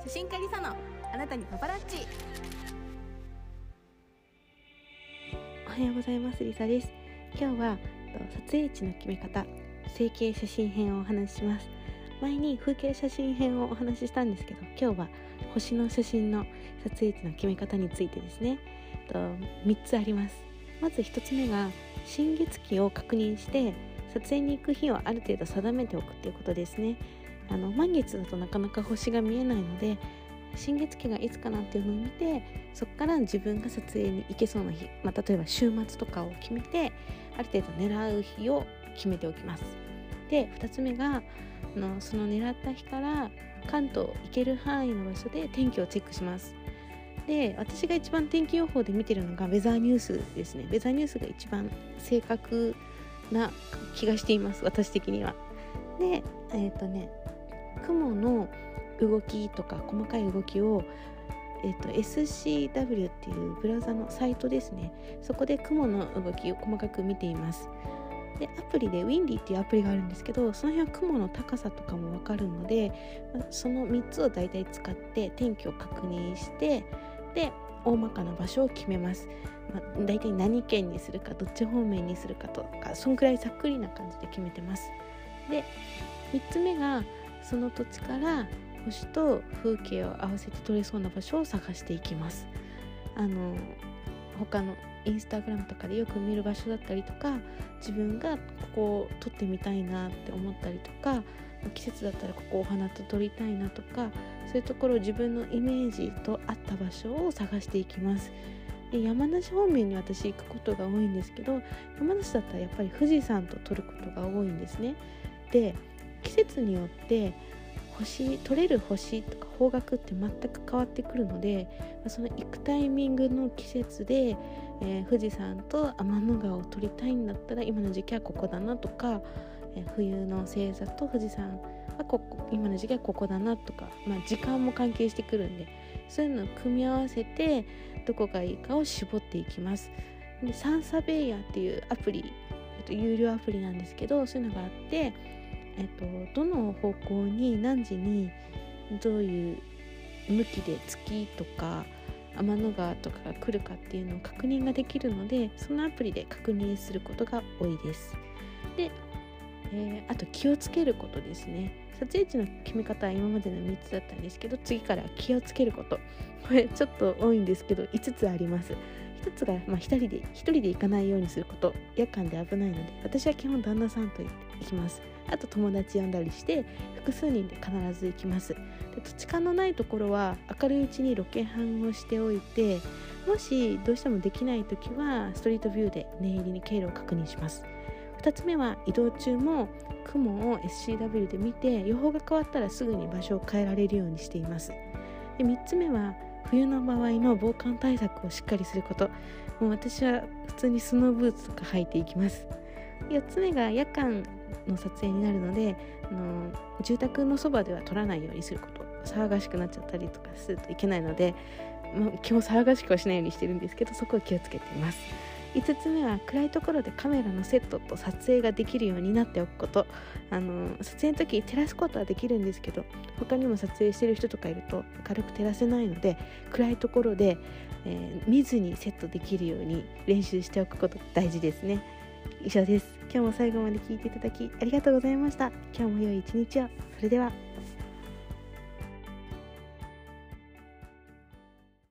写真家リサのあなたにパパラッチ。 おはようございます。リサです。今日は撮影地の決め方、整形写真編をお話しします。前に風景写真編をお話ししたんですけど、今日は星の写真の撮影地の決め方についてですね。3つあります。まず1つ目が新月期を確認して撮影に行く日をある程度定めておくっていうことですね。満月だとなかなか星が見えないので、新月期がいつかなっていうのを見て、そこから自分が撮影に行けそうな日、例えば週末とかを決めてある程度狙う日を決めておきます。で、2つ目がその狙った日から関東行ける範囲の場所で天気をチェックします。で、私が一番天気予報で見てるのがウェザーニュースですね。ウェザーニュースが一番正確な気がしています、私的には。で、雲の動きとか細かい動きを、SCW っていうブラウザのサイトですね。そこで雲の動きを細かく見ています。で、アプリで Windy っていうアプリがあるんですけど、その辺は雲の高さとかも分かるので、その3つを大体使って天気を確認して、で大まかな場所を決めます。大体何県にするか、どっち方面にするかとか、そんくらいざっくりな感じで決めてます。で、3つ目がその土地から星と風景を合わせて撮れそうな場所を探していきます。他のインスタグラムとかでよく見る場所だったりとか、自分がここを撮ってみたいなって思ったりとか、季節だったらここお花と撮りたいなとか、そういうところを自分のイメージと合った場所を探していきます。で、山梨方面に私行くことが多いんですけど、山梨だったらやっぱり富士山と撮ることが多いんですね。で、季節によって撮れる星とか方角って全く変わってくるので、その行くタイミングの季節で、富士山と天の川を撮りたいんだったら今の時期はここだなとか、冬の星座と富士山は今の時期はここだなとか、時間も関係してくるんで、そういうのを組み合わせてどこがいいかを絞っていきます。で、サンサベイヤっていうアプリ、有料アプリなんですけど、そういうのがあって、どの方向に何時にどういう向きで月とか天の川とかが来るかっていうのを確認ができるので、そのアプリで確認することが多いです。で、あと気をつけることですね。撮影地の決め方は今までの3つだったんですけど、次から気をつけること、これちょっと多いんですけど5つあります。1つが、一人で行かないようにすること。夜間で危ないので、私は基本旦那さんと行きます。あと友達呼んだりして複数人で必ず行きます。で、土地勘のないところは明るいうちにロケハンをしておいて、もしどうしてもできないときはストリートビューで念入りに経路を確認します。2つ目は移動中も雲を SCW で見て、予報が変わったらすぐに場所を変えられるようにしています。で、3つ目は冬の場合の防寒対策をしっかりすること。もう私は普通にスノーブーツとか履いていきます。4つ目が夜間の撮影になるので、住宅のそばでは撮らないようにすること。騒がしくなっちゃったりとかするといけないので、基本騒がしくはしないようにしてるんですけど、そこを気をつけています。5つ目は暗いところでカメラのセットと撮影ができるようになっておくこと。撮影の時照らすことはできるんですけど、他にも撮影してる人とかいると明るく照らせないので、暗いところで、見ずにセットできるように練習しておくこと大事ですね。以上です。今日も最後まで聞いていただきありがとうございました。今日も良い一日を。それでは。